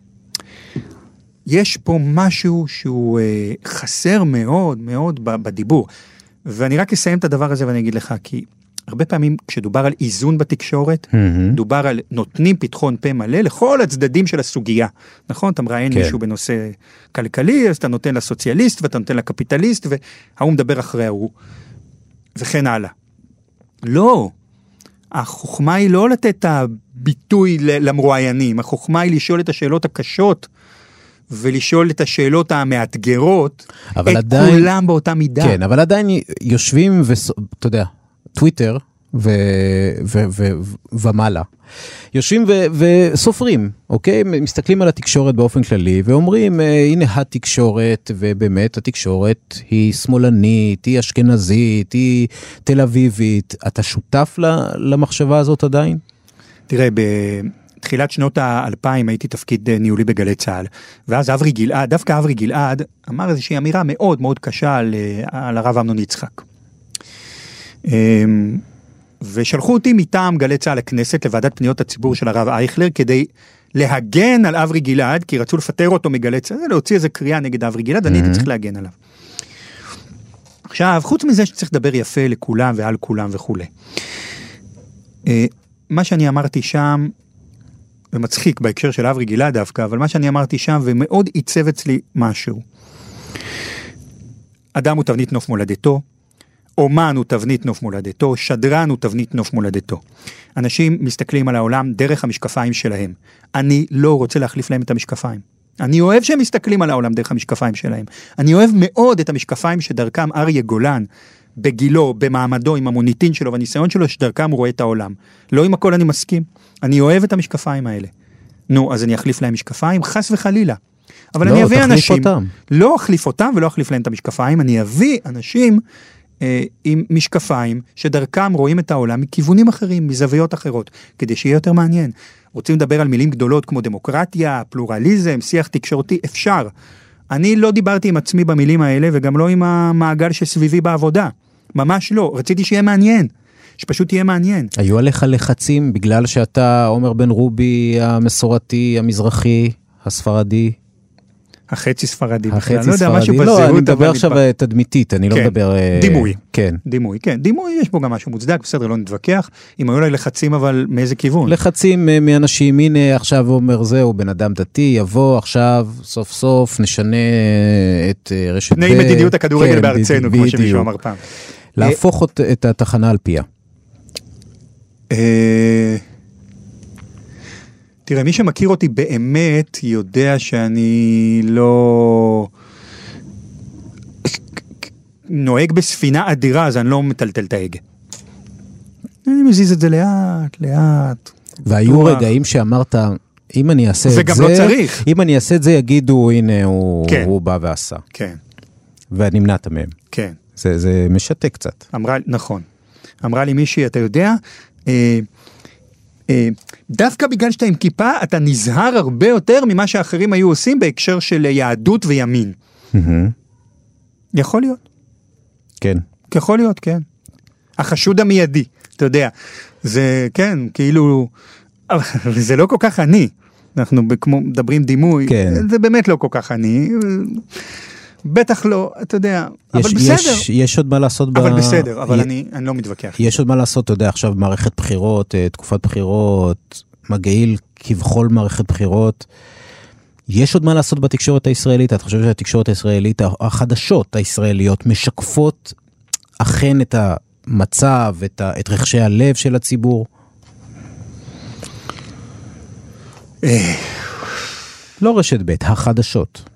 יש פה משהו שהוא אה, חסר מאוד מאוד בדיבור. ואני רק אסיים את הדבר הזה ואני אגיד לך, כי הרבה פעמים כשדובר על איזון בתקשורת, mm-hmm. דובר על נותנים פתחון פה מלא לכל הצדדים של הסוגיה. נכון? אתה מראיין כן. מישהו בנושא כלכלי, אז אתה נותן לסוציאליסט ואתה נותן לקפיטליסט, והוא מדבר אחרי ההוא, וכן הלאה. לא. החוכמה היא לא לתת את הביטוי למרואיינים, החוכמה היא לשאול את השאלות הקשות, ולשאול את השאלות המאתגרות, את עדיין, כולם באותה מידה. כן, אבל עדיין יושבים, ואתה יודע, טוויטר ו, ו, ו, ומעלה. יושבים ו, וסופרים, אוקיי? מסתכלים על התקשורת באופן כללי, ואומרים, הנה התקשורת, ובאמת התקשורת היא שמאלנית, היא אשכנזית, היא תל אביבית. אתה שותף למחשבה הזאת עדיין? תראה, בתחילת שנות האלפיים הייתי תפקיד ניהולי בגלי צהל, ואז אברי גלעד, דווקא אברי גלעד, אמר איזושהי אמירה מאוד מאוד קשה על, על הרב אמנון יצחק. ושלחו אותי מטעם גלי צהל לכנסת, לוועדת פניות הציבור של הרב אייכלר, כדי להגן על אברי גלעד, כי רצו לפטר אותו מגלי צהל, להוציא איזה קריאה נגד אברי גלעד, אני הייתי צריך להגן עליו. עכשיו, חוץ מזה שצריך לדבר יפה לכולם ועל כולם וכו'. מה שאני אמרתי שם, ומצחיק בהקשר של אברי גלעד דווקא, אבל מה שאני אמרתי שם, ומאוד עיצב אצלי משהו. אדם הוא תבנית נוף מולדתו, אומן הוא תבנית נוף מולדתו, שדרן הוא תבנית נוף מולדתו. אנשים מסתכלים על העולם דרך המשקפיים שלהם. אני לא רוצה להחליף להם את המשקפיים. אני אוהב שהם מסתכלים על העולם דרך המשקפיים שלהם. אני אוהב מאוד את המשקפיים שדרכם אריה גולן, בגילו, במעמדו, עם המוניטין שלו, והניסיון שלו שדרכם הוא רואה את העולם. לא עם הכל אני מסכים. אני אוהב את המשקפיים האלה. נו, אז אני אחליף להם משקפיים, חס וחלילה. אבל לא, אני אביא אנשים, אותם. לא אחליף אותם ולא אחליף להם את המשקפיים, אני אביא אנשים אה, עם משקפיים שדרכם רואים את העולם מכיוונים אחרים, מזוויות אחרות, כדי שיהיה יותר מעניין. רוצים לדבר על מילים גדולות כמו דמוקרטיה, פלורליזם, שיח תקשורתי, אפשר. אני לא דיברתי עם עצמי במילים האלה, וגם לא עם המעגל שסביבי בעבודה. ממש לא, רציתי שיהיה מעניין. שפשוט יהיה מעניין. היו עליך לחצים בגלל שאתה עומר בן רובי המסורתי, המזרחי, הספרדי? החצי ספרדי. החצי אני לא יודע, משהו ספרדי. לא, בזהות, אני מדבר אבל עכשיו נדבר. תדמיתית, אני לא כן. מדבר... אה, דימוי. כן. דימוי, כן. דימוי, יש בו גם משהו מוצדק, בסדר, לא נתווכח. אם היו לי לחצים, אבל מאיזה כיוון? לחצים אה, מאנשים, הנה עכשיו אומר זהו, בן אדם דתי, יבוא עכשיו, סוף סוף, נשנה את אה, רשת... פני מדיניות הכדורגל כן, בארצנו, כמו שמישהו בדיוק. אמר פעם. להפוך אות- את התחנה על פיה. אה, תראה, מי שמכיר אותי באמת יודע שאני לא נוהג בספינה אדירה, אז אני לא מטלטל את ההגה. אני מזיז את זה לאט, לאט. והיו בטוח. רגעים שאמרת, אם אני אעשה את זה... וגם לא צריך. אם אני אעשה את זה, יגידו, הנה, הוא, כן. הוא בא ועשה. כן, ונמנעת מהם. כן. זה, זה משתק קצת. אמרה, נכון. אמרה לי מישהי, אתה יודע, אה, אה, דווקא בגלל שאתה עם כיפה, אתה נזהר הרבה יותר ממה שאחרים היו עושים בהקשר של יהדות וימין. יכול להיות. כן. יכול להיות, כן. החשוד המיידי, אתה יודע. זה, כן, כאילו, זה לא כל כך אני. אנחנו כמו מדברים דימוי, כן. זה באמת לא כל כך אני. בטח לא, אתה יודע, יש, אבל בסדר. יש, יש עוד מה לעשות ב... אבל בסדר, אבל י... אני, אני לא מתווכח. יש עוד מה לעשות, אתה יודע, עכשיו מערכת בחירות, תקופת בחירות, מגעיל כבכל מערכת בחירות. יש עוד מה לעשות בתקשורת הישראלית? אתה חושב שהתקשורת הישראלית, החדשות הישראליות, משקפות אכן את המצב, את, ה... את רחשי הלב של הציבור? לא רשת ב', החדשות.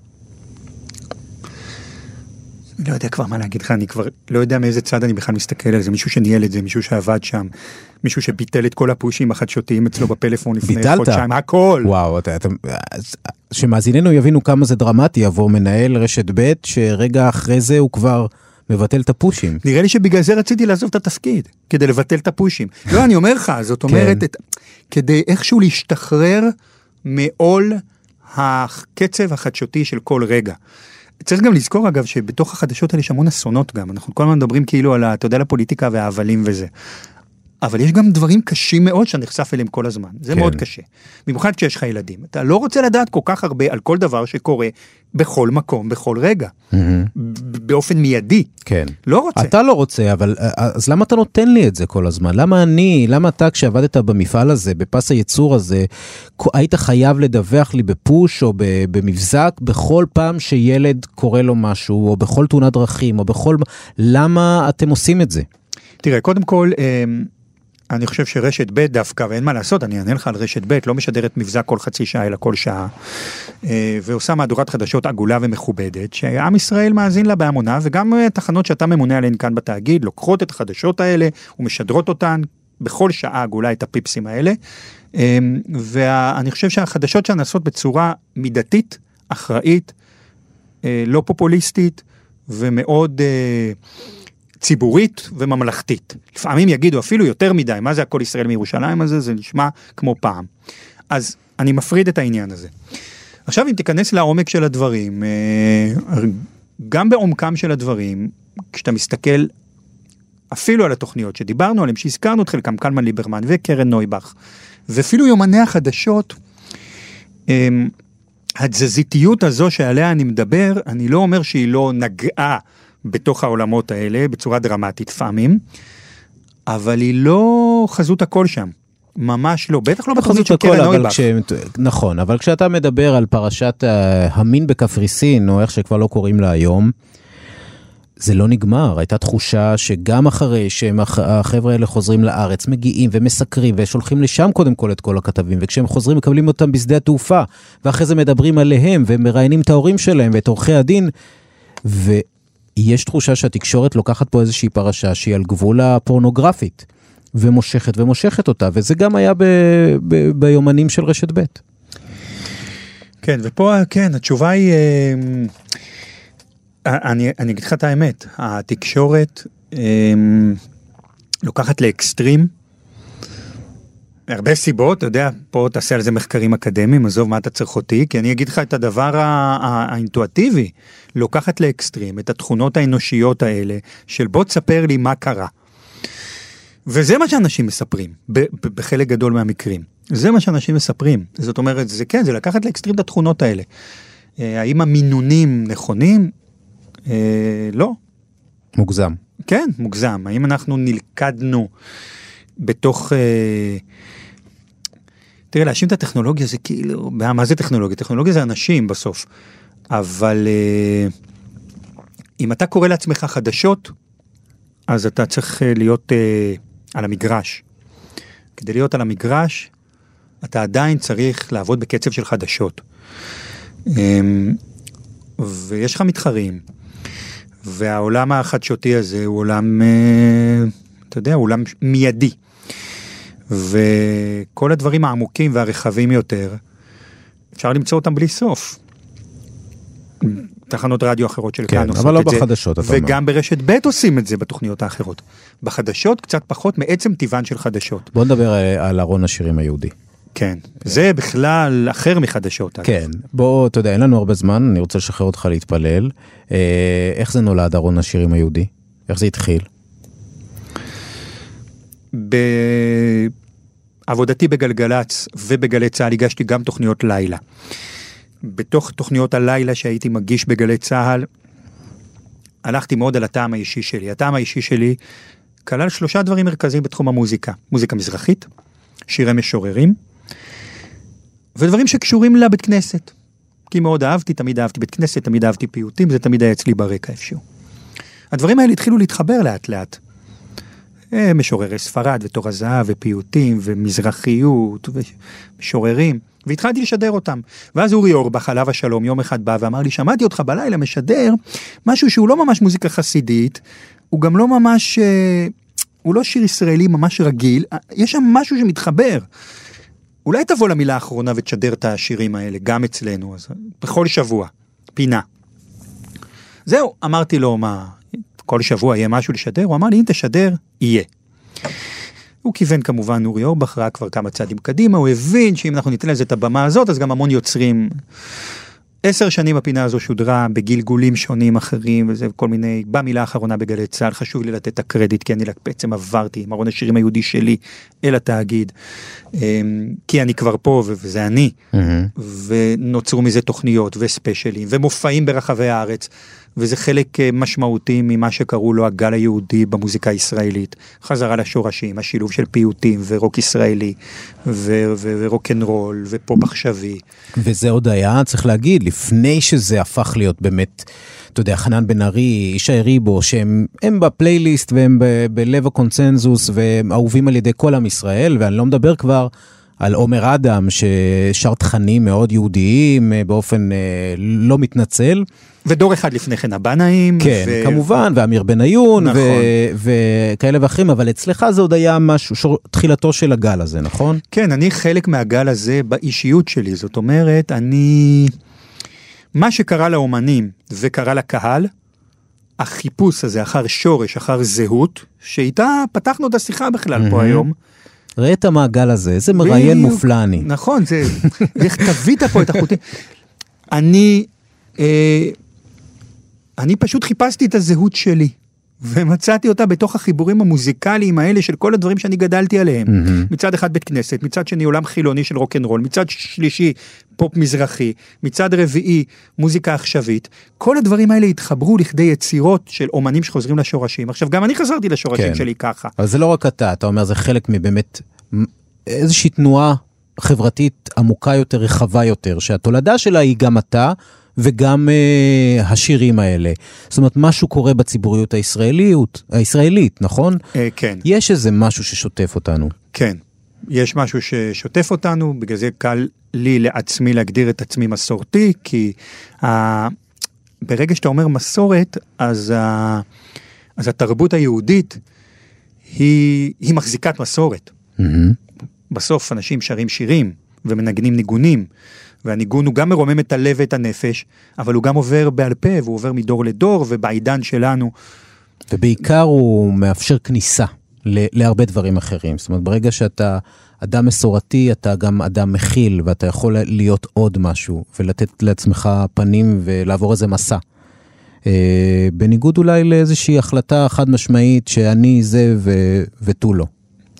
אני לא יודע כבר מה להגיד לך, אני כבר לא יודע מאיזה צד אני בכלל מסתכל על זה, מישהו שניהל את זה, מישהו שעבד שם, מישהו שביטל את כל הפושים החדשותיים אצלו בפלאפון לפני ביטלת? חודשיים, הכל. וואו, אתה, אתה, שמאזיננו יבינו כמה זה דרמטי, יבוא מנהל רשת ב' שרגע אחרי זה הוא כבר מבטל את הפושים. נראה לי שבגלל זה רציתי לעזוב את התפקיד, כדי לבטל את הפושים. לא, אני אומר לך, זאת אומרת, את, כדי איכשהו להשתחרר מעול הקצב החדשותי של כל רגע. צריך גם לזכור אגב שבתוך החדשות האלה יש המון אסונות גם, אנחנו כל הזמן מדברים כאילו על, אתה יודע, לפוליטיקה והאבלים וזה. אבל יש גם דברים קשים מאוד שאני נחשף אליהם כל הזמן, זה כן. מאוד קשה. במיוחד כשיש לך ילדים, אתה לא רוצה לדעת כל כך הרבה על כל דבר שקורה בכל מקום, בכל רגע. Mm-hmm. באופן מיידי. כן. לא רוצה. אתה לא רוצה, אבל אז למה אתה נותן לי את זה כל הזמן? למה אני, למה אתה כשעבדת במפעל הזה, בפס הייצור הזה, היית חייב לדווח לי בפוש או במבזק, בכל פעם שילד קורא לו משהו, או בכל תאונת דרכים, או בכל... למה אתם עושים את זה? תראה, קודם כל, אני חושב שרשת ב' דווקא, ואין מה לעשות, אני אענה לך על רשת ב', לא משדרת מבזק כל חצי שעה, אלא כל שעה, ועושה מהדורת חדשות עגולה ומכובדת, שעם ישראל מאזין לה בהמונה, וגם תחנות שאתה ממונה עליהן כאן בתאגיד, לוקחות את החדשות האלה, ומשדרות אותן בכל שעה עגולה את הפיפסים האלה, ואני חושב שהחדשות שנעשות בצורה מידתית, אחראית, לא פופוליסטית, ומאוד... ציבורית וממלכתית. לפעמים יגידו אפילו יותר מדי, מה זה הכל ישראל מירושלים הזה? זה נשמע כמו פעם. אז אני מפריד את העניין הזה. עכשיו אם תיכנס לעומק של הדברים, גם בעומקם של הדברים, כשאתה מסתכל אפילו על התוכניות שדיברנו עליהן, שהזכרנו את חלקם, קלמן ליברמן וקרן נויבך, ואפילו יומני החדשות, התזזיתיות הזו שעליה אני מדבר, אני לא אומר שהיא לא נגעה בתוך העולמות האלה, בצורה דרמטית פעמים, אבל היא לא חזות הכל שם. ממש לא, בטח לא בתוכנית של קרן נויבך. כש... נכון, אבל כשאתה מדבר על פרשת המין בקפריסין, או איך שכבר לא קוראים לה היום, זה לא נגמר. הייתה תחושה שגם אחרי שהחבר'ה האלה חוזרים לארץ, מגיעים ומסקרים ושולחים לשם קודם כל את כל הכתבים, וכשהם חוזרים מקבלים אותם בשדה התעופה, ואחרי זה מדברים עליהם, ומראיינים את ההורים שלהם ואת עורכי הדין, ויש תחושה שהתקשורת לוקחת פה איזושהי פרשה שהיא על גבול הפורנוגרפית, ומושכת ומושכת אותה, וזה גם היה ב- ב- ביומנים של רשת ב'. כן, ופה, כן, התשובה היא, אני, אני אגיד לך את האמת, התקשורת לוקחת לאקסטרים, הרבה סיבות, אתה יודע, פה תעשה על זה מחקרים אקדמיים, עזוב מה אתה צריך אותי, כי אני אגיד לך את הדבר האינטואטיבי, לוקחת לאקסטרים, את התכונות האנושיות האלה, של בוא תספר לי מה קרה. וזה מה שאנשים מספרים, בחלק גדול מהמקרים. זה מה שאנשים מספרים. זאת אומרת, זה כן, זה לקחת לאקסטרים את התכונות האלה. האם המינונים נכונים? לא. מוגזם. כן, מוגזם. האם אנחנו נלכדנו בתוך... תראה, להאשים את הטכנולוגיה זה כאילו... מה זה טכנולוגיה? טכנולוגיה זה אנשים בסוף. אבל אם אתה קורא לעצמך חדשות, אז אתה צריך להיות על המגרש. כדי להיות על המגרש, אתה עדיין צריך לעבוד בקצב של חדשות. ויש לך מתחרים. והעולם החדשותי הזה הוא עולם, אתה יודע, הוא עולם מיידי. וכל הדברים העמוקים והרחבים יותר, אפשר למצוא אותם בלי סוף. תחנות רדיו אחרות של כאן עושות את זה. אבל לא בחדשות. וגם ברשת ב' עושים את זה בתוכניות האחרות. בחדשות קצת פחות מעצם טבען של חדשות. בוא נדבר על ארון השירים היהודי. כן, זה בכלל אחר מחדשות. כן, בוא, אתה יודע, אין לנו הרבה זמן, אני רוצה לשחרר אותך להתפלל. איך זה נולד ארון השירים היהודי? איך זה התחיל? בעבודתי בגלגלץ ובגלי צהל הגשתי גם תוכניות לילה. בתוך תוכניות הלילה שהייתי מגיש בגלי צהל, הלכתי מאוד על הטעם האישי שלי. הטעם האישי שלי כלל שלושה דברים מרכזיים בתחום המוזיקה. מוזיקה מזרחית, שירי משוררים, ודברים שקשורים לבית כנסת. כי מאוד אהבתי, תמיד אהבתי בית כנסת, תמיד אהבתי פיוטים, זה תמיד היה אצלי ברקע איפשהו. הדברים האלה התחילו להתחבר לאט לאט. משוררי ספרד ותור הזהב ופיוטים ומזרחיות ומשוררים. והתחלתי לשדר אותם. ואז אורי אורבך, עליו השלום, יום אחד בא ואמר לי, שמעתי אותך בלילה משדר משהו שהוא לא ממש מוזיקה חסידית, הוא גם לא ממש, הוא לא שיר ישראלי ממש רגיל, יש שם משהו שמתחבר. אולי תבוא למילה האחרונה ותשדר את השירים האלה, גם אצלנו, אז בכל שבוע, פינה. זהו, אמרתי לו, מה, כל שבוע יהיה משהו לשדר? הוא אמר לי, אם תשדר, יהיה. הוא כיוון כמובן אורי אורבך, ראה כבר כמה צעדים קדימה, הוא הבין שאם אנחנו ניתן לזה את הבמה הזאת, אז גם המון יוצרים. עשר שנים הפינה הזו שודרה בגלגולים שונים אחרים, וזה כל מיני, במילה האחרונה בגלי צהל, חשוב לי לתת את הקרדיט, כי אני בעצם עברתי עם ארון השירים היהודי שלי אל התאגיד, כי אני כבר פה, וזה אני, ונוצרו מזה תוכניות וספיישלים, ומופעים ברחבי הארץ, וזה חלק משמעותי ממה שקראו לו הגל היהודי במוזיקה הישראלית. חזרה לשורשים, השילוב של פיוטים ורוק ישראלי, ו- ו- ורוקנרול, ופופ עכשווי. וזה עוד היה, צריך להגיד, לפני שזה הפך להיות באמת, אתה יודע, חנן בן ארי, ישי ריבו, שהם הם בפלייליסט והם ב- בלב הקונצנזוס, והם אהובים על ידי כל עם ישראל, ואני לא מדבר כבר על עומר אדם, ששר תכנים מאוד יהודיים, באופן אה, לא מתנצל. ודור אחד לפני כן הבנאים. כן, ו... כמובן, ואמיר בניון, נכון. ו... וכאלה ואחרים, אבל אצלך זה עוד היה משהו, שור... תחילתו של הגל הזה, נכון? כן, אני חלק מהגל הזה באישיות שלי, זאת אומרת, אני... מה שקרה לאומנים וקרה לקהל, החיפוש הזה אחר שורש, אחר זהות, שאיתה פתחנו את השיחה בכלל mm-hmm. פה היום, ראה את המעגל הזה, איזה מראיין מופלא אני. נכון, זה, איך תבית פה את החוטים. אני, אה, אני פשוט חיפשתי את הזהות שלי, ומצאתי אותה בתוך החיבורים המוזיקליים האלה של כל הדברים שאני גדלתי עליהם. Mm-hmm. מצד אחד בית כנסת, מצד שני עולם חילוני של רוק'נ'רול, מצד שלישי פופ מזרחי, מצד רביעי מוזיקה עכשווית. כל הדברים האלה התחברו לכדי יצירות של אומנים שחוזרים לשורשים. עכשיו גם אני חזרתי לשורשים כן. שלי ככה. אבל זה לא רק אתה, אתה אומר זה חלק מבאמת איזושהי תנועה חברתית עמוקה יותר, רחבה יותר, שהתולדה שלה היא גם אתה, וגם uh, השירים האלה. זאת אומרת, משהו קורה בציבוריות הישראליות, הישראלית, נכון? Uh, כן. יש איזה משהו ששוטף אותנו. כן. יש משהו ששוטף אותנו, בגלל זה קל לי לעצמי להגדיר את עצמי מסורתי, כי uh, ברגע שאתה אומר מסורת, אז, uh, אז התרבות היהודית היא, היא מחזיקת מסורת. Mm-hmm. בסוף אנשים שרים שירים ומנגנים ניגונים, והניגון הוא גם מרומם את הלב ואת הנפש, אבל הוא גם עובר בעל פה, והוא עובר מדור לדור, ובעידן שלנו. ובעיקר הוא מאפשר כניסה להרבה דברים אחרים. זאת אומרת, ברגע שאתה אדם מסורתי, אתה גם אדם מכיל, ואתה יכול להיות עוד משהו, ולתת לעצמך פנים ולעבור איזה מסע. בניגוד אולי לאיזושהי החלטה חד משמעית, שאני זה ותו לא.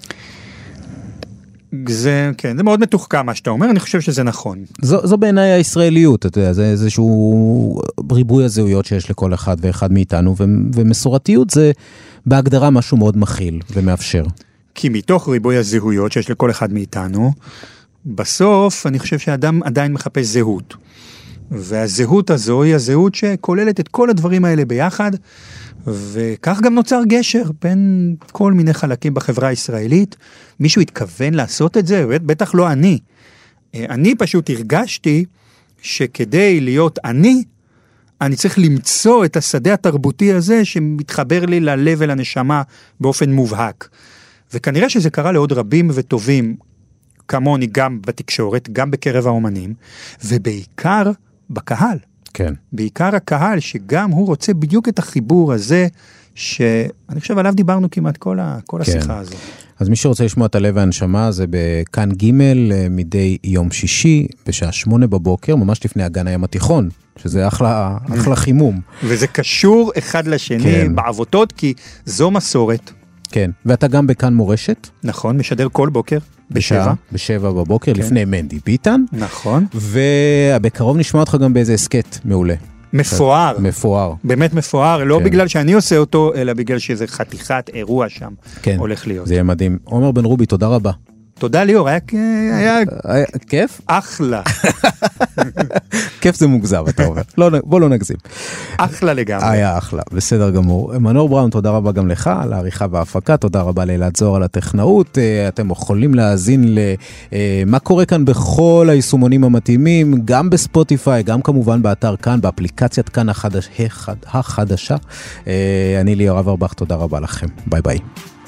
זה, כן, זה מאוד מתוחכם מה שאתה אומר, אני חושב שזה נכון. זו, זו בעיניי הישראליות, אתה יודע, זה איזשהו ריבוי הזהויות שיש לכל אחד ואחד מאיתנו, ו, ומסורתיות זה בהגדרה משהו מאוד מכיל ומאפשר. כי מתוך ריבוי הזהויות שיש לכל אחד מאיתנו, בסוף אני חושב שהאדם עדיין מחפש זהות. והזהות הזו היא הזהות שכוללת את כל הדברים האלה ביחד, וכך גם נוצר גשר בין כל מיני חלקים בחברה הישראלית. מישהו התכוון לעשות את זה? בטח לא אני. אני פשוט הרגשתי שכדי להיות אני, אני צריך למצוא את השדה התרבותי הזה שמתחבר לי ללב ולנשמה באופן מובהק. וכנראה שזה קרה לעוד רבים וטובים, כמוני גם בתקשורת, גם בקרב האומנים, ובעיקר בקהל. כן. בעיקר הקהל, שגם הוא רוצה בדיוק את החיבור הזה, שאני חושב עליו דיברנו כמעט כל, ה, כל כן. השיחה הזו. אז מי שרוצה לשמוע את הלב והנשמה, זה בכאן ג' מדי יום שישי, בשעה שמונה בבוקר, ממש לפני הגן הים התיכון, שזה אחלה, אחלה חימום. וזה קשור אחד לשני כן. בעבותות, כי זו מסורת. כן, ואתה גם בכאן מורשת. נכון, משדר כל בוקר. בשבע. בשבע בבוקר, כן. לפני מנדי ביטן. נכון. ובקרוב נשמע אותך גם באיזה עסקת מעולה. מפואר. מפואר. באמת מפואר, לא כן. בגלל שאני עושה אותו, אלא בגלל שזה חתיכת אירוע שם כן. הולך להיות. זה יהיה מדהים. עומר בן רובי, תודה רבה. תודה ליאור, היה... היה... היה... כיף? אחלה. כיף זה מוגזב, אתה אומר. לא, בוא לא נגזים. אחלה לגמרי. היה אחלה, בסדר גמור. מנור בראון, תודה רבה גם לך על העריכה וההפקה, תודה רבה לאלעד זוהר על הטכנאות. אתם יכולים להאזין למה קורה כאן בכל היישומונים המתאימים, גם בספוטיפיי, גם כמובן באתר כאן, באפליקציית כאן החדשה. אני ליאור אברבך, תודה רבה לכם. ביי ביי.